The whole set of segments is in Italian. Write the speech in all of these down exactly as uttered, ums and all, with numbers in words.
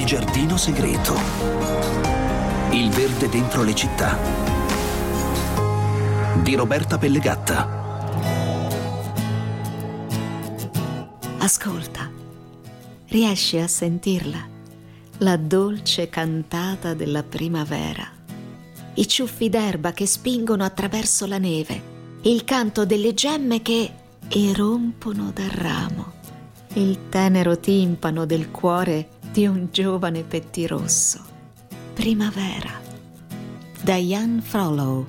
giardino segreto. Il verde dentro le città. Di Roberta Pellegatta. Ascolta, riesci a sentirla? La dolce cantata della primavera. I ciuffi d'erba che spingono attraverso la neve. Il canto delle gemme che irrompono dal ramo. Il tenero timpano del cuore di un giovane pettirosso. Primavera. Diane Frollo.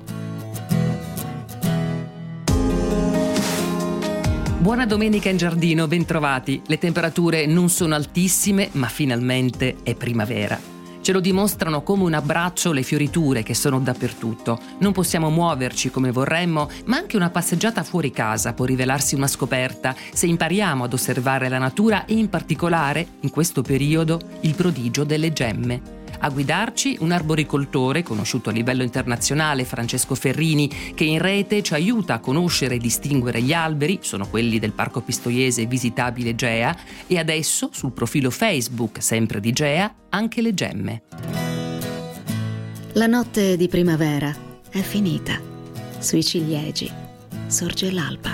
Buona domenica in giardino, bentrovati. Le temperature non sono altissime, ma finalmente è primavera. Ce lo dimostrano come un abbraccio le fioriture che sono dappertutto. Non possiamo muoverci come vorremmo, ma anche una passeggiata fuori casa può rivelarsi una scoperta se impariamo ad osservare la natura e in particolare, in questo periodo, il prodigio delle gemme. A guidarci un arboricoltore conosciuto a livello internazionale, Francesco Ferrini, che in rete ci aiuta a conoscere e distinguere gli alberi, sono quelli del Parco Pistoiese visitabile Gea, e adesso sul profilo Facebook, sempre di Gea, anche le gemme. La notte di primavera è finita. Sui ciliegi sorge l'alba.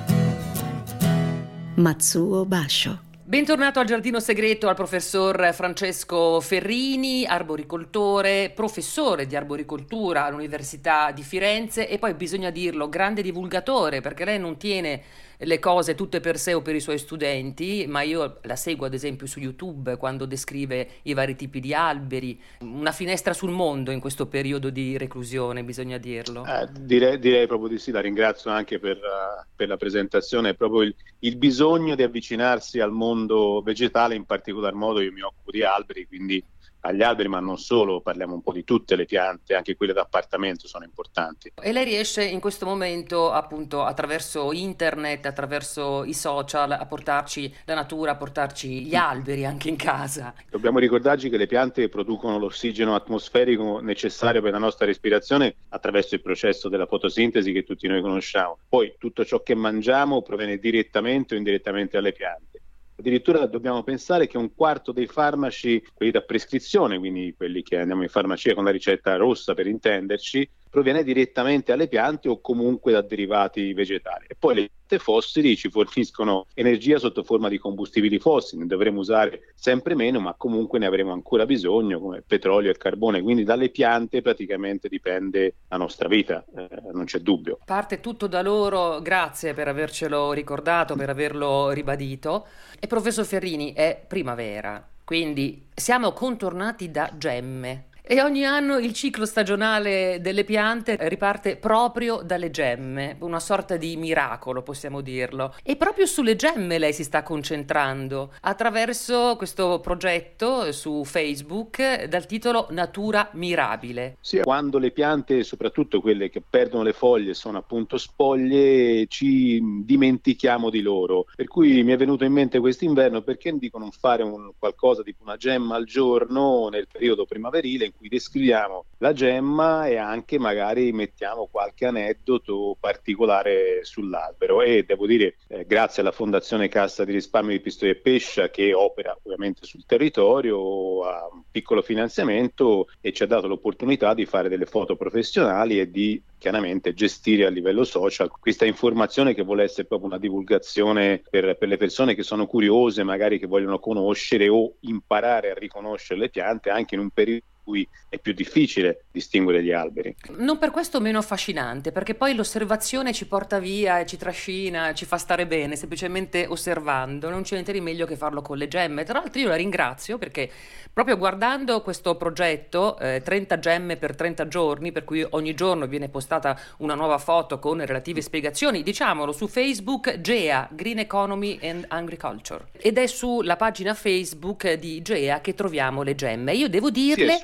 Matsuo Basho. Bentornato al Giardino Segreto al professor Francesco Ferrini, arboricoltore, professore di arboricoltura all'Università di Firenze e poi, bisogna dirlo, grande divulgatore, perché lei non tiene le cose tutte per sé o per i suoi studenti, ma io la seguo ad esempio su YouTube quando descrive i vari tipi di alberi, una finestra sul mondo in questo periodo di reclusione, bisogna dirlo. Eh, direi, direi proprio di sì, la ringrazio anche per, uh, per la presentazione, è proprio il, il bisogno di avvicinarsi al mondo vegetale, in particolar modo io mi occupo di alberi, quindi agli alberi, ma non solo, parliamo un po' di tutte le piante, anche quelle d'appartamento sono importanti. E lei riesce in questo momento, appunto, attraverso internet, attraverso i social, a portarci la natura, a portarci gli alberi anche in casa. Dobbiamo ricordarci che le piante producono l'ossigeno atmosferico necessario per la nostra respirazione attraverso il processo della fotosintesi che tutti noi conosciamo. Poi tutto ciò che mangiamo proviene direttamente o indirettamente dalle piante. Addirittura dobbiamo pensare che un quarto dei farmaci, quelli da prescrizione, quindi quelli che andiamo in farmacia con la ricetta rossa per intenderci, proviene direttamente dalle piante o comunque da derivati vegetali. E poi le piante fossili ci forniscono energia sotto forma di combustibili fossili, ne dovremo usare sempre meno, ma comunque ne avremo ancora bisogno, come il petrolio e il carbone. Quindi dalle piante praticamente dipende la nostra vita, eh, non c'è dubbio. Parte tutto da loro, grazie per avercelo ricordato, per averlo ribadito. E professor Ferrini, è primavera, quindi siamo contornati da gemme. E ogni anno il ciclo stagionale delle piante riparte proprio dalle gemme, una sorta di miracolo, possiamo dirlo. E proprio sulle gemme lei si sta concentrando attraverso questo progetto su Facebook dal titolo Natura Mirabile. Sì, quando le piante, soprattutto quelle che perdono le foglie, sono appunto spoglie, ci dimentichiamo di loro. Per cui mi è venuto in mente quest'inverno, perché dico non fare un qualcosa tipo una gemma al giorno nel periodo primaverile, in cui descriviamo la gemma e anche magari mettiamo qualche aneddoto particolare sull'albero. E devo dire, eh, grazie alla Fondazione Cassa di Risparmio di Pistoia e Pescia, che opera ovviamente sul territorio, ha un piccolo finanziamento e ci ha dato l'opportunità di fare delle foto professionali e di chiaramente gestire a livello social questa informazione che vuole essere proprio una divulgazione per, per le persone che sono curiose, magari che vogliono conoscere o imparare a riconoscere le piante anche in un periodo in cui è più difficile distinguere gli alberi. Non per questo meno affascinante, perché poi l'osservazione ci porta via e ci trascina, ci fa stare bene, semplicemente osservando. Non c'è niente di meglio che farlo con le gemme. Tra l'altro io la ringrazio perché proprio guardando questo progetto, eh, trenta gemme per trenta giorni, per cui ogni giorno viene postata una nuova foto con relative spiegazioni, diciamolo, su Facebook Gea, Green Economy and Agriculture. Ed è sulla pagina Facebook di Gea che troviamo le gemme. Io devo dirle... Sì,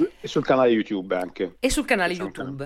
e sul canale YouTube anche. E sul canale YouTube.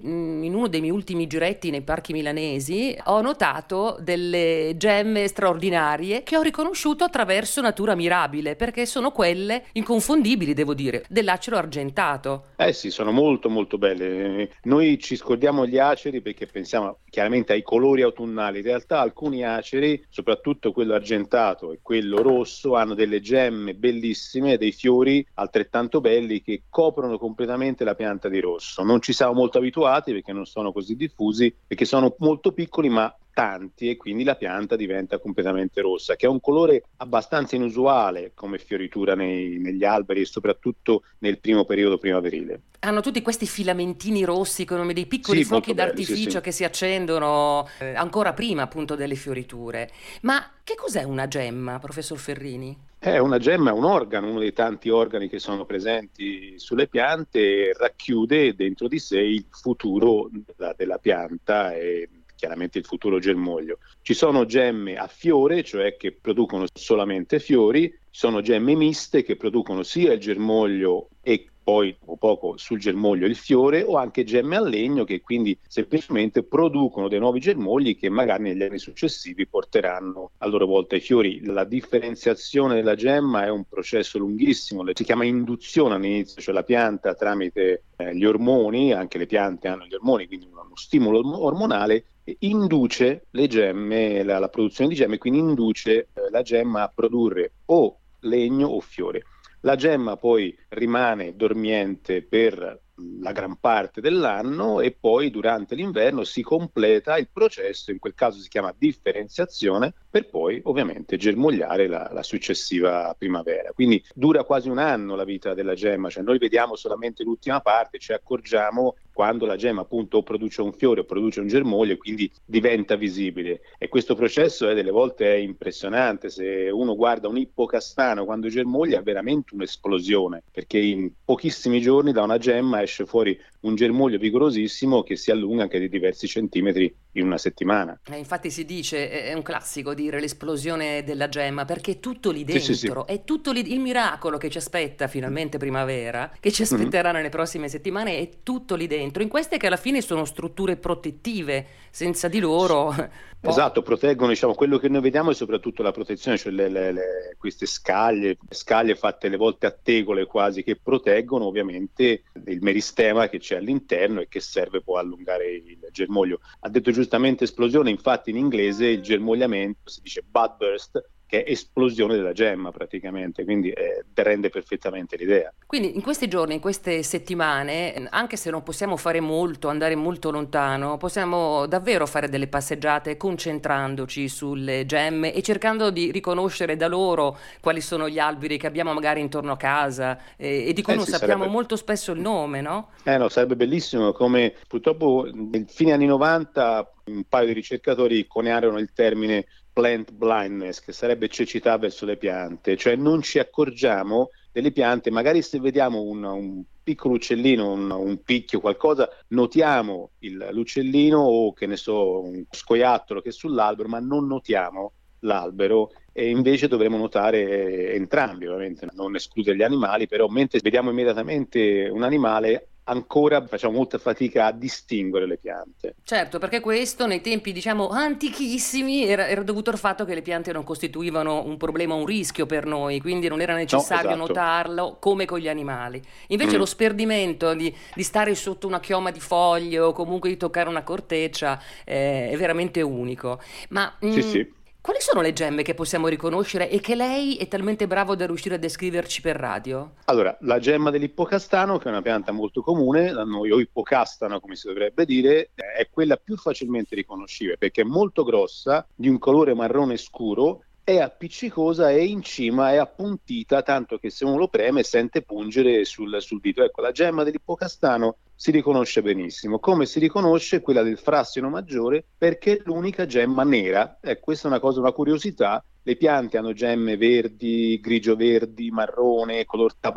In uno dei miei ultimi giretti nei parchi milanesi ho notato delle gemme straordinarie che ho riconosciuto attraverso natura mirabile, perché sono quelle inconfondibili, devo dire, dell'acero argentato. Eh sì, sono molto molto belle. Noi ci scordiamo gli aceri perché pensiamo chiaramente ai colori autunnali. In realtà alcuni aceri, soprattutto quello argentato e quello rosso, hanno delle gemme bellissime, dei fiori altrettanto belli che coprono completamente la pianta di rosso. Non ci siamo molto abituati perché non sono così diffusi, perché sono molto piccoli ma tanti, e quindi la pianta diventa completamente rossa, che è un colore abbastanza inusuale come fioritura nei, negli alberi e soprattutto nel primo periodo primaverile. Hanno tutti questi filamentini rossi come dei piccoli Sì, fuochi molto belli, d'artificio sì, sì. che si accendono eh, ancora prima appunto delle fioriture. Ma che cos'è una gemma, professor Ferrini? È una gemma, è un organo, uno dei tanti organi che sono presenti sulle piante, e racchiude dentro di sé il futuro della, della pianta e chiaramente il futuro germoglio. Ci sono gemme a fiore, cioè che producono solamente fiori, ci sono gemme miste che producono sia il germoglio e poi o poco sul germoglio il fiore, o anche gemme a legno che quindi semplicemente producono dei nuovi germogli che magari negli anni successivi porteranno a loro volta i fiori. La differenziazione della gemma è un processo lunghissimo, si chiama induzione all'inizio, cioè la pianta tramite eh, gli ormoni, anche le piante hanno gli ormoni, quindi uno stimolo ormonale, induce le gemme, la, la produzione di gemme, quindi induce eh, la gemma a produrre o legno o fiore. La gemma poi rimane dormiente per la gran parte dell'anno e poi durante l'inverno si completa il processo, in quel caso si chiama differenziazione, per poi ovviamente germogliare la, la successiva primavera. Quindi dura quasi un anno la vita della gemma, cioè noi vediamo solamente l'ultima parte, ci accorgiamo quando la gemma appunto o produce un fiore o produce un germoglio e quindi diventa visibile. E questo processo è delle volte è impressionante. Se uno guarda un ippocastano quando germoglia è veramente un'esplosione, perché in pochissimi giorni da una gemma esce fuori un germoglio vigorosissimo che si allunga anche di diversi centimetri in una settimana. Eh, infatti si dice, è un classico dire l'esplosione della gemma, perché è tutto lì dentro, sì, sì, sì. È tutto lì, il miracolo che ci aspetta finalmente primavera, che ci aspetterà mm-hmm. nelle prossime settimane, è tutto lì dentro, in queste che alla fine sono strutture protettive, senza di loro... Po- esatto, proteggono, diciamo, quello che noi vediamo è soprattutto la protezione, cioè le, le, le, queste scaglie, scaglie fatte alle volte a tegole quasi, che proteggono ovviamente il meristema che c'è all'interno e che serve poi a allungare il germoglio. Ha detto giustamente esplosione, infatti in inglese il germogliamento si dice bud burst, che è esplosione della gemma praticamente, quindi eh, rende perfettamente l'idea. Quindi in questi giorni, in queste settimane, anche se non possiamo fare molto, andare molto lontano, possiamo davvero fare delle passeggiate concentrandoci sulle gemme e cercando di riconoscere da loro quali sono gli alberi che abbiamo magari intorno a casa eh, e di cui eh non sì, sappiamo sarebbe... molto spesso il nome, no? Eh no, sarebbe bellissimo, come purtroppo nel fine anni novanta un paio di ricercatori coniarono il termine plant blindness, che sarebbe cecità verso le piante, cioè non ci accorgiamo delle piante, magari se vediamo un, un piccolo uccellino, un, un picchio, qualcosa, notiamo il, l'uccellino o che ne so, un scoiattolo che è sull'albero, ma non notiamo l'albero, e invece dovremmo notare entrambi, ovviamente non escludere gli animali, però mentre vediamo immediatamente un animale ancora facciamo molta fatica a distinguere le piante. Certo, perché questo nei tempi diciamo antichissimi era, era dovuto al fatto che le piante non costituivano un problema, un rischio per noi, quindi non era necessario no, esatto. notarlo come con gli animali. Invece mm. lo sperdimento di, di stare sotto una chioma di foglie o comunque di toccare una corteccia eh, è veramente unico. Ma mm, sì, sì. quali sono le gemme che possiamo riconoscere e che lei è talmente bravo da riuscire a descriverci per radio? Allora, la gemma dell'ippocastano, che è una pianta molto comune da noi, o ippocastano come si dovrebbe dire, è quella più facilmente riconoscibile perché è molto grossa, di un colore marrone scuro, è appiccicosa e in cima è appuntita, tanto che se uno lo preme sente pungere sul, sul dito. Ecco, la gemma dell'ippocastano si riconosce benissimo, come si riconosce quella del frassino maggiore, perché è l'unica gemma nera. Ecco, questa è una cosa, una curiosità. Le piante hanno gemme verdi, grigio-verdi, marrone, color tabacco,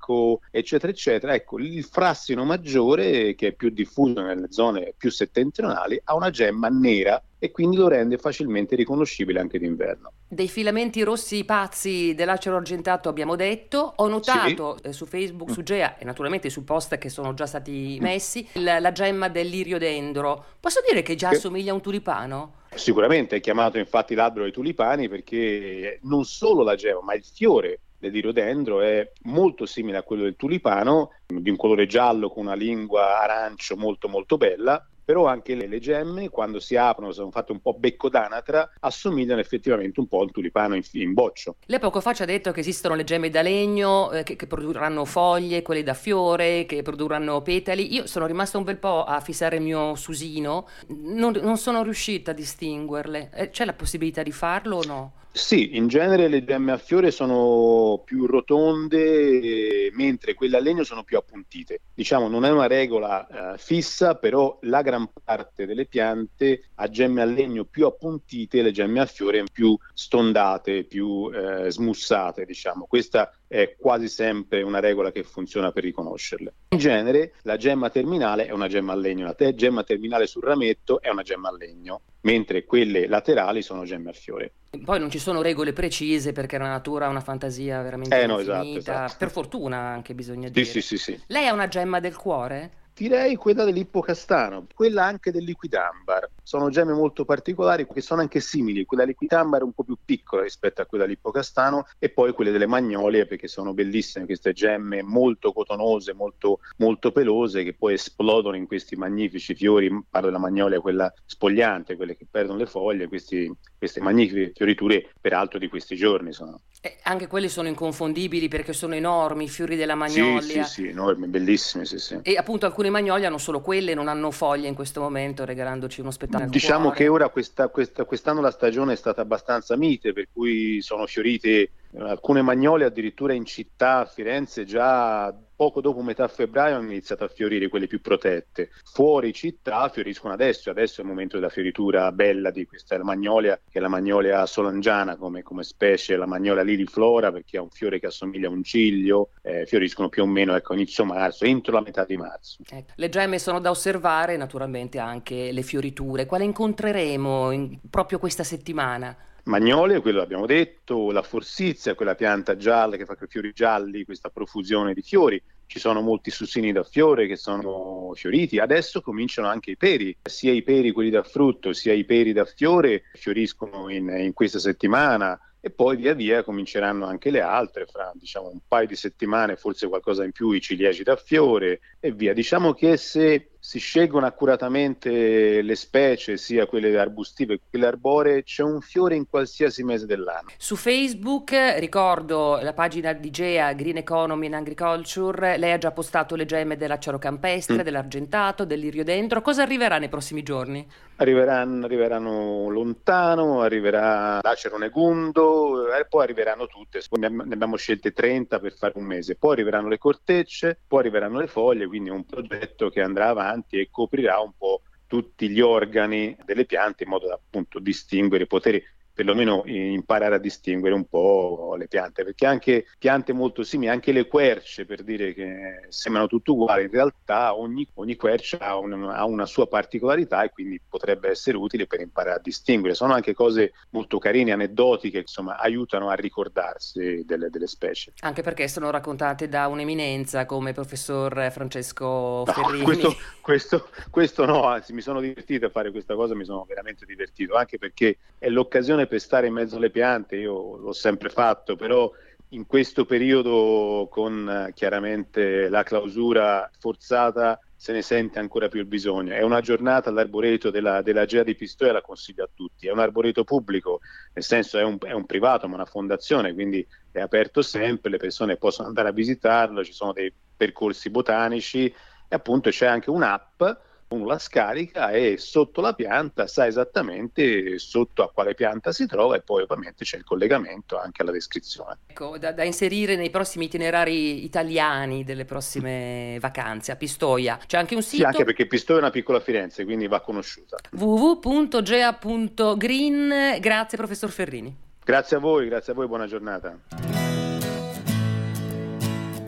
bianco, eccetera, eccetera. Ecco, il frassino maggiore, che è più diffuso nelle zone più settentrionali, ha una gemma nera e quindi lo rende facilmente riconoscibile anche d'inverno. Dei filamenti rossi pazzi dell'acero argentato abbiamo detto. Ho notato sì. eh, su Facebook, su Gea e naturalmente sui post che sono già stati messi la, la gemma dell'iriodendro. Posso dire che già che... assomiglia a un tulipano? Sicuramente è chiamato infatti l'albero dei tulipani perché non solo la gemma ma il fiore dell'iriodendro è molto simile a quello del tulipano, di un colore giallo con una lingua arancio molto molto bella. Però anche le, le gemme, quando si aprono, sono fatte un po' becco d'anatra, assomigliano effettivamente un po' al tulipano in, in boccio. Lei poco fa ci ha detto che esistono le gemme da legno, eh, che, che produrranno foglie, quelle da fiore, che produrranno petali. Io sono rimasta un bel po' a fissare il mio susino, non, non sono riuscita a distinguerle. Eh, c'è la possibilità di farlo o no? Sì, in genere le gemme a fiore sono più rotonde, eh, mentre quelle a legno sono più appuntite. Diciamo, non è una regola eh, fissa, però la gran parte delle piante ha gemme a legno più appuntite, le gemme a fiore più stondate, più eh, smussate, diciamo. Questa è quasi sempre una regola che funziona per riconoscerle. In genere la gemma terminale è una gemma a legno, la te- gemma terminale sul rametto è una gemma a legno, mentre quelle laterali sono gemme a fiore. Poi non ci sono regole precise perché la natura ha una fantasia veramente eh, no, infinita, esatto, esatto. Per fortuna anche bisogna sì, dire. Sì, sì, sì. Lei ha una gemma del cuore? Direi quella dell'ippocastano, quella anche del liquidambar. Sono gemme molto particolari che sono anche simili. Quella liquidambar è un po' più piccola rispetto a quella dell'ippocastano, e poi quelle delle magnolie, perché sono bellissime queste gemme molto cotonose, molto, molto pelose, che poi esplodono in questi magnifici fiori. Parlo della magnolia, quella spogliante, quelle che perdono le foglie, questi, queste magnifiche fioriture, peraltro di questi giorni sono. Eh, anche quelli sono inconfondibili perché sono enormi, i fiori della magnolia. Sì, sì, sì, enormi, bellissimi, sì, sì. E appunto alcune magnolie hanno solo quelle, non hanno foglie in questo momento, regalandoci uno spettacolo. Diciamo cuore. che ora questa, questa, quest'anno la stagione è stata abbastanza mite, per cui sono fiorite alcune magnolie addirittura in città, a Firenze, già poco dopo metà febbraio hanno iniziato a fiorire quelle più protette. Fuori città fioriscono adesso, adesso è il momento della fioritura bella di questa magnolia, che è la magnolia solangiana come, come specie, la magnolia liliflora, perché ha un fiore che assomiglia a un ciglio, eh, fioriscono più o meno ecco, inizio marzo, entro la metà di marzo. Ecco. Le gemme sono da osservare, naturalmente anche le fioriture. Quale incontreremo in, proprio questa settimana? Magnolie, quello abbiamo detto, la forsizia, quella pianta gialla che fa quei fiori gialli, questa profusione di fiori. Ci sono molti sussini da fiore che sono fioriti. Adesso cominciano anche i peri, sia i peri quelli da frutto, sia i peri da fiore fioriscono in, in questa settimana. E poi via via cominceranno anche le altre, fra diciamo un paio di settimane, forse qualcosa in più, i ciliegi da fiore e via. Diciamo che se si scelgono accuratamente le specie, sia quelle arbustive che quelle arboree, c'è un fiore in qualsiasi mese dell'anno. Su Facebook, ricordo la pagina di Gea, Green Economy and Agriculture, lei ha già postato le gemme dell'acero campestre, mm. dell'argentato, dell'iriodendro. Cosa arriverà nei prossimi giorni? Arriveranno, arriveranno lontano, arriverà l'acero negundo, e poi arriveranno tutte, ne abbiamo scelte trenta per fare un mese, poi arriveranno le cortecce, poi arriveranno le foglie, quindi è un progetto che andrà avanti e coprirà un po' tutti gli organi delle piante in modo da appunto distinguere, poter perlomeno imparare a distinguere un po' le piante, perché anche piante molto simili, anche le querce, per dire che sembrano tutte uguali, in realtà ogni, ogni quercia ha, un, ha una sua particolarità e quindi potrebbe essere utile per imparare a distinguere. Sono anche cose molto carine, aneddotiche, insomma aiutano a ricordarsi delle, delle specie. Anche perché sono raccontate da un'eminenza come il professor Francesco Ferrini. No, questo, questo, questo no, anzi mi sono divertito a fare questa cosa, mi sono veramente divertito, anche perché è l'occasione per stare in mezzo alle piante. Io l'ho sempre fatto, però in questo periodo con eh, chiaramente la clausura forzata se ne sente ancora più il bisogno. È una giornata all'arboreto della, della Gea di Pistoia, la consiglio a tutti. È un arboreto pubblico, nel senso è un, è un privato ma una fondazione, quindi è aperto sempre, le persone possono andare a visitarlo, ci sono dei percorsi botanici e appunto c'è anche un'app. Uno la scarica e sotto la pianta sa esattamente sotto a quale pianta si trova e poi ovviamente c'è il collegamento anche alla descrizione. Ecco, da, da inserire nei prossimi itinerari italiani delle prossime vacanze a Pistoia. C'è anche un sito? Sì, anche perché Pistoia è una piccola Firenze, quindi va conosciuta. w w w punto gea punto green. Grazie professor Ferrini. Grazie a voi, grazie a voi, buona giornata.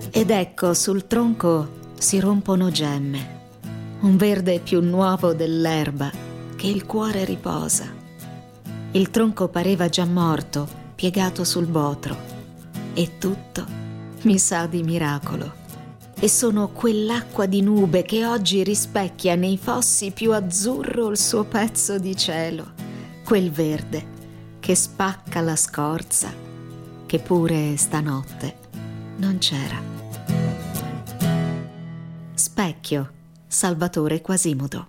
Ed ecco, sul tronco si rompono gemme, un verde più nuovo dell'erba che il cuore riposa. Il tronco pareva già morto, piegato sul botro, e tutto mi sa di miracolo. E sono quell'acqua di nube che oggi rispecchia nei fossi più azzurro il suo pezzo di cielo, quel verde che spacca la scorza, che pure stanotte non c'era. Specchio, Salvatore Quasimodo.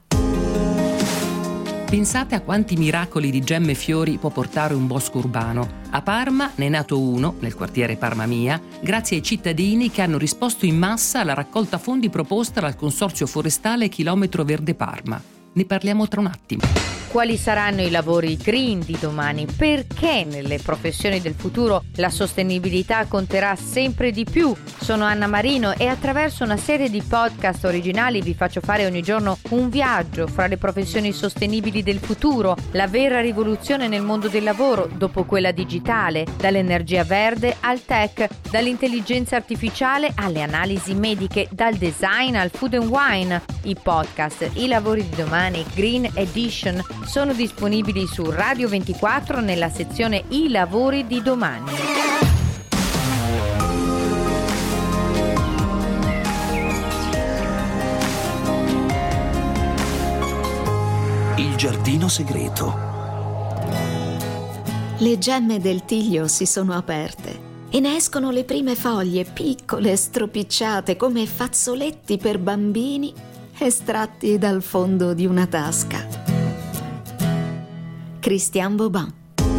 Pensate a quanti miracoli di gemme e fiori può portare un bosco urbano. A Parma ne è nato uno, nel quartiere Parma Mia, grazie ai cittadini che hanno risposto in massa alla raccolta fondi proposta dal Consorzio Forestale Chilometro Verde Parma. Ne parliamo tra un attimo. Quali saranno i lavori green di domani? Perché nelle professioni del futuro la sostenibilità conterà sempre di più? Sono Anna Marino e attraverso una serie di podcast originali vi faccio fare ogni giorno un viaggio fra le professioni sostenibili del futuro, la vera rivoluzione nel mondo del lavoro dopo quella digitale, dall'energia verde al tech, dall'intelligenza artificiale alle analisi mediche, dal design al food and wine. I podcast, i lavori di domani, Green Edition, sono disponibili su Radio ventiquattro nella sezione I lavori di domani. Il giardino segreto. Le gemme del tiglio si sono aperte e ne escono le prime foglie piccole e stropicciate come fazzoletti per bambini estratti dal fondo di una tasca. Christian Bobin.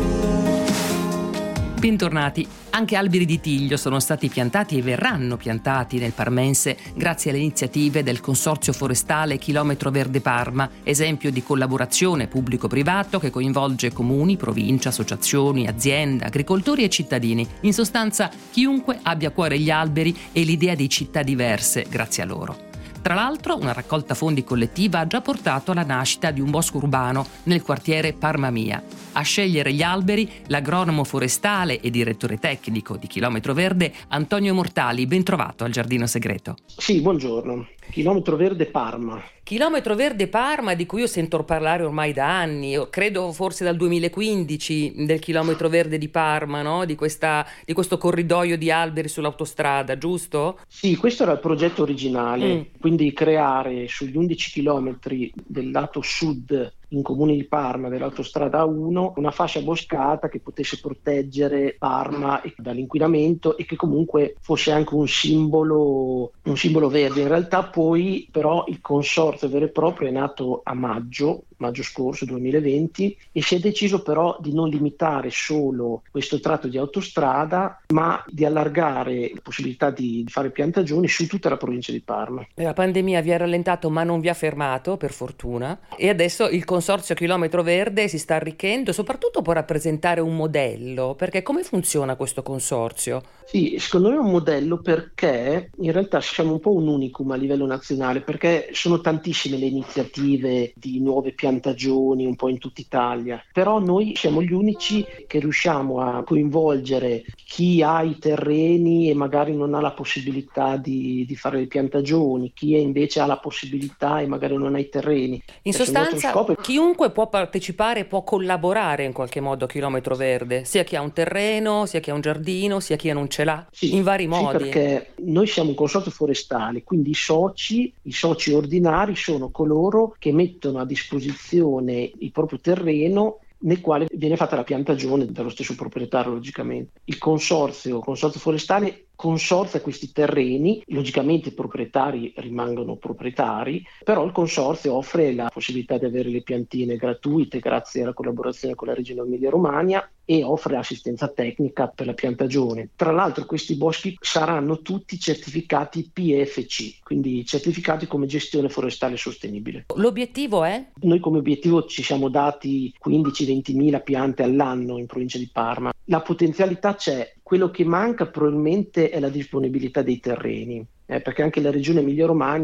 Bentornati. Anche alberi di tiglio sono stati piantati e verranno piantati nel parmense grazie alle iniziative del Consorzio Forestale Chilometro Verde Parma, esempio di collaborazione pubblico-privato che coinvolge comuni, provincia, associazioni, aziende, agricoltori e cittadini. In sostanza, chiunque abbia a cuore gli alberi e l'idea di città diverse grazie a loro. Tra l'altro, una raccolta fondi collettiva ha già portato alla nascita di un bosco urbano nel quartiere Parma Mia. A scegliere gli alberi, l'agronomo forestale e direttore tecnico di Chilometro Verde, Antonio Mortali. Ben trovato al Giardino Segreto. Sì, buongiorno. Chilometro Verde Parma. Chilometro Verde Parma, di cui io sento parlare ormai da anni, credo forse dal duemilaquindici, del Chilometro Verde di Parma, no? Di questa, di questo corridoio di alberi sull'autostrada, giusto? Sì, questo era il progetto originale, Mm. quindi creare sugli undici chilometri del lato sud in comune di Parma dell'autostrada uno una fascia boscata che potesse proteggere Parma dall'inquinamento e che comunque fosse anche un simbolo, un simbolo verde. In realtà poi però il consorzio vero e proprio è nato a maggio, maggio scorso duemilaventi, e si è deciso però di non limitare solo questo tratto di autostrada, ma di allargare la possibilità di fare piantagioni su tutta la provincia di Parma. La pandemia vi ha rallentato ma non vi ha fermato, per fortuna, e adesso il Consorzio Chilometro Verde si sta arricchendo e soprattutto può rappresentare un modello, perché come funziona questo consorzio? Sì, secondo me è un modello perché in realtà siamo un po' un unicum a livello nazionale, perché sono tantissime le iniziative di nuove piantagioni un po' in tutta Italia, però noi siamo gli unici che riusciamo a coinvolgere chi ha i terreni e magari non ha la possibilità di, di fare le piantagioni, chi invece ha la possibilità e magari non ha i terreni. In Adesso sostanza, scopo è... chiunque può partecipare, può collaborare in qualche modo a Chilometro Verde, sia chi ha un terreno, sia chi ha un giardino, sia chi non ce l'ha, Sì, in vari sì, modi. perché noi siamo un consorzio forestale, quindi i soci, i soci ordinari sono coloro che mettono a disposizione il proprio terreno nel quale viene fatta la piantagione dallo stesso proprietario, logicamente. Il consorzio, consorzio forestale consorzia questi terreni, logicamente i proprietari rimangono proprietari, però il consorzio offre la possibilità di avere le piantine gratuite grazie alla collaborazione con la Regione Emilia-Romagna e offre assistenza tecnica per la piantagione. Tra l'altro questi boschi saranno tutti certificati P F C, quindi certificati come gestione forestale sostenibile. L'obiettivo è? Noi come obiettivo ci siamo dati quindici ventimila piante all'anno in provincia di Parma. La potenzialità c'è, quello che manca probabilmente è la disponibilità dei terreni, eh, perché anche la Regione Emilia-Romagna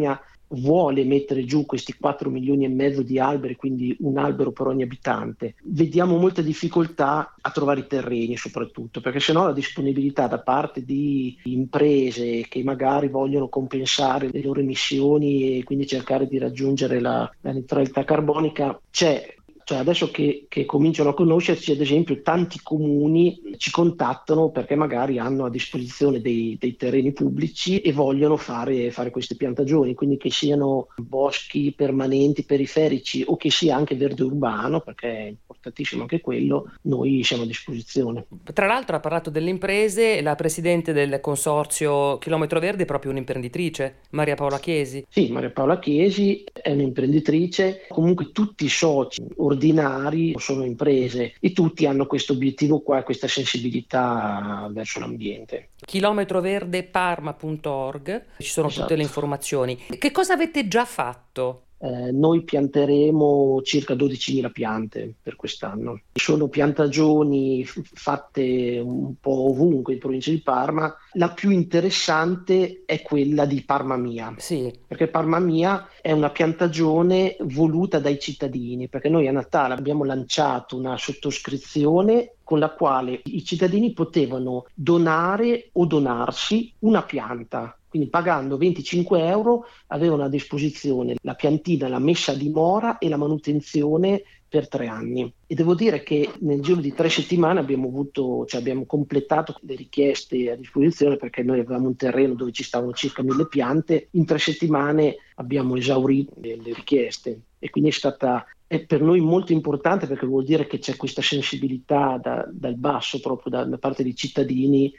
vuole mettere giù questi quattro milioni e mezzo di alberi, quindi un albero per ogni abitante. Vediamo molta difficoltà a trovare i terreni, soprattutto perché sennò la disponibilità da parte di imprese che magari vogliono compensare le loro emissioni e quindi cercare di raggiungere la, la neutralità carbonica c'è. Cioè adesso che, che cominciano a conoscerci, ad esempio, tanti comuni ci contattano perché magari hanno a disposizione dei, dei terreni pubblici e vogliono fare, fare queste piantagioni, quindi che siano boschi permanenti, periferici o che sia anche verde urbano, perché è importantissimo anche quello, noi siamo a disposizione. Tra l'altro ha parlato delle imprese, la presidente del consorzio Chilometro Verde è proprio un'imprenditrice, Maria Paola Chiesi. Sì, Maria Paola Chiesi è un'imprenditrice, comunque tutti i soci ordinari sono imprese e tutti hanno questo obiettivo qua, questa sensibilità verso l'ambiente. chilometroverde parma punto org, ci sono Esatto. tutte le informazioni. Che cosa avete già fatto? Eh, noi pianteremo circa dodicimila piante per quest'anno. Sono piantagioni f- fatte un po' ovunque in provincia di Parma. La più interessante è quella di Parma Mia, Sì. perché Parma Mia è una piantagione voluta dai cittadini, perché noi a Natale abbiamo lanciato una sottoscrizione con la quale i cittadini potevano donare o donarsi una pianta. Quindi pagando venticinque euro avevano a disposizione la piantina, la messa a dimora e la manutenzione per tre anni. E devo dire che nel giro di tre settimane abbiamo avuto, cioè abbiamo completato le richieste a disposizione, perché noi avevamo un terreno dove ci stavano circa mille piante. In tre settimane abbiamo esaurito le, le richieste e quindi è stata è per noi molto importante, perché vuol dire che c'è questa sensibilità da, dal basso, proprio da, da parte dei cittadini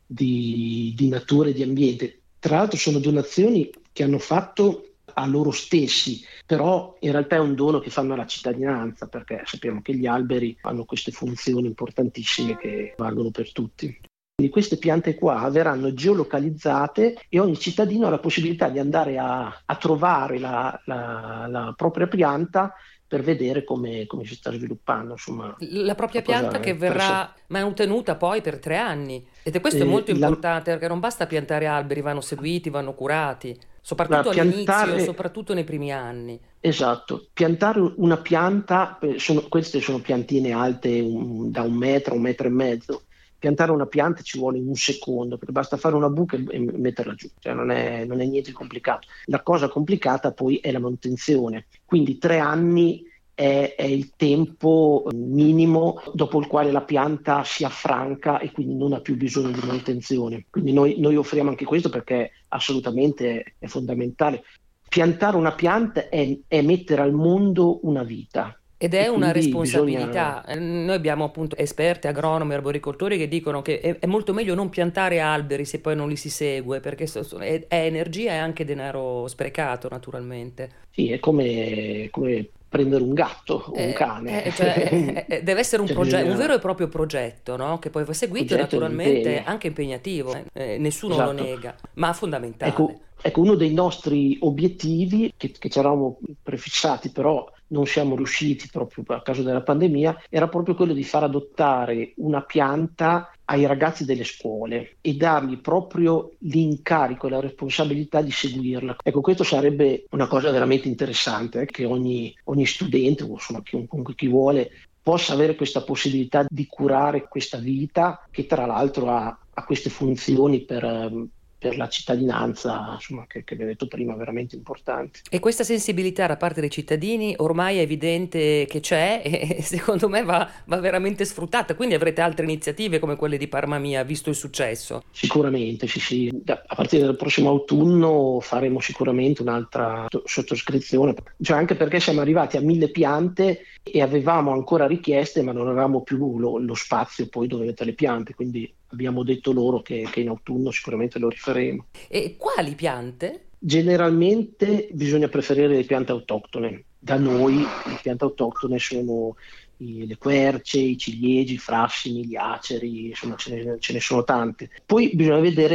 di, di natura e di ambiente. Tra l'altro sono donazioni che hanno fatto a loro stessi, però in realtà è un dono che fanno alla cittadinanza, perché sappiamo che gli alberi hanno queste funzioni importantissime che valgono per tutti. Quindi queste piante qua verranno geolocalizzate e ogni cittadino ha la possibilità di andare a, a trovare la, la, la propria pianta per vedere come, come si sta sviluppando. Insomma, la propria pianta che verrà mantenuta poi per tre anni. Ed questo eh, è molto la... importante, perché non basta piantare alberi, vanno seguiti, vanno curati, soprattutto piantare... all'inizio, soprattutto nei primi anni. Esatto, piantare una pianta, sono, queste sono piantine alte un, da un metro, un metro e mezzo. Piantare una pianta ci vuole un secondo, perché basta fare una buca e metterla giù, cioè non è, non è niente complicato. La cosa complicata poi è la manutenzione, quindi tre anni è, è il tempo minimo dopo il quale la pianta si affranca e quindi non ha più bisogno di manutenzione. Quindi noi, noi offriamo anche questo, perché assolutamente è, è fondamentale. Piantare una pianta è, è mettere al mondo una vita. Ed è una responsabilità. Bisogna... Noi abbiamo appunto esperti, agronomi, arboricoltori che dicono che è, è molto meglio non piantare alberi se poi non li si segue, perché so, so, è, è energia e anche denaro sprecato, naturalmente. Sì, è come, come prendere un gatto o eh, un cane. Eh, cioè, eh, deve essere un, cioè, progetto, bisogna... un vero e proprio progetto, no? Che poi va seguito e naturalmente anche impegnativo, eh, nessuno esatto. lo nega, ma fondamentale. Ecco, ecco, uno dei nostri obiettivi che, che ci eravamo prefissati, però non siamo riusciti proprio a causa della pandemia, era proprio quello di far adottare una pianta ai ragazzi delle scuole e dargli proprio l'incarico e la responsabilità di seguirla. Ecco, questo sarebbe una cosa veramente interessante, eh, che ogni, ogni studente, o insomma chiunque chi vuole, possa avere questa possibilità di curare questa vita che tra l'altro ha, ha queste funzioni per... per la cittadinanza, insomma, che, che vi ho detto prima, veramente importante. E questa sensibilità da parte dei cittadini ormai è evidente che c'è e secondo me va, va veramente sfruttata, quindi avrete altre iniziative come quelle di Parma Mia, visto il successo? Sicuramente, sì, sì. Da, a partire dal prossimo autunno faremo sicuramente un'altra sottoscrizione, cioè anche perché siamo arrivati a mille piante e avevamo ancora richieste, ma non avevamo più lo, lo spazio poi dove mettere le piante, quindi abbiamo detto loro che, che in autunno sicuramente lo rifaremo. E quali piante? Generalmente bisogna preferire le piante autoctone. Da noi le piante autoctone sono i, le querce, i ciliegi, i frassini, gli aceri, insomma ce ne, ce ne sono tante. Poi bisogna vedere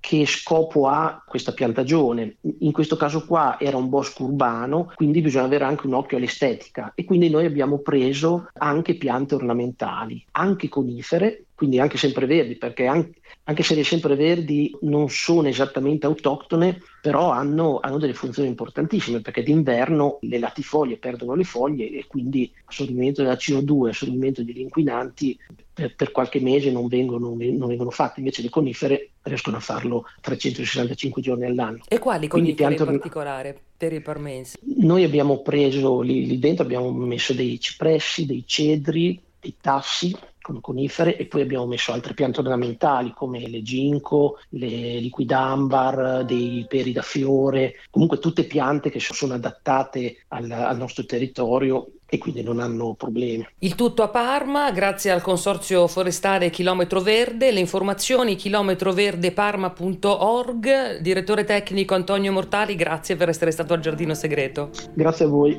che scopo ha questa piantagione. In questo caso qua era un bosco urbano, quindi bisogna avere anche un occhio all'estetica e quindi noi abbiamo preso anche piante ornamentali, anche conifere, quindi anche sempreverdi, perché anche, anche se le sempreverdi non sono esattamente autoctone, però hanno, hanno delle funzioni importantissime, perché d'inverno le latifoglie perdono le foglie e quindi assorbimento della C O due, assorbimento degli inquinanti per, per qualche mese non vengono, non vengono fatti, invece le conifere riescono a farlo trecentosessantacinque giorni all'anno. E quali Quindi conifere in piante... particolare per i parmensi? Noi abbiamo preso, lì, lì dentro abbiamo messo dei cipressi, dei cedri, dei tassi con conifere e poi abbiamo messo altre piante ornamentali come le ginkgo, le liquidambar, dei peri da fiore, comunque tutte piante che sono adattate al, al nostro territorio e quindi non hanno problemi. Il tutto a Parma grazie al Consorzio Forestale Chilometro Verde. Le informazioni chilometroverdeparma punto org. Direttore tecnico Antonio Mortali, grazie per essere stato al Giardino Segreto. Grazie a voi.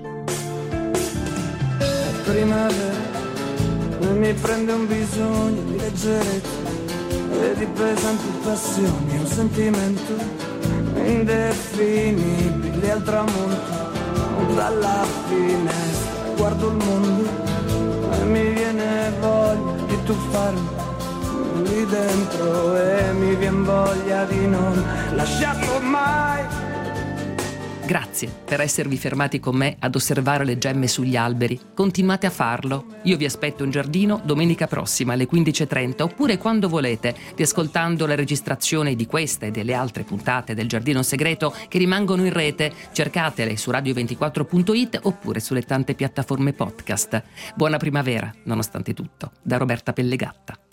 Primavera mi prende un bisogno di leggerezza e di pesanti passioni, un sentimento indefinibile al tramonto. Dalla finestra guardo il mondo e mi viene voglia di tuffarmi lì dentro e mi viene voglia di non lasciarlo mai. Grazie per esservi fermati con me ad osservare le gemme sugli alberi. Continuate a farlo. Io vi aspetto in giardino domenica prossima alle quindici e trenta oppure quando volete, riascoltando la registrazione di questa e delle altre puntate del Giardino Segreto che rimangono in rete. Cercatele su radio ventiquattro punto it oppure sulle tante piattaforme podcast. Buona primavera, nonostante tutto. Da Roberta Pellegatta.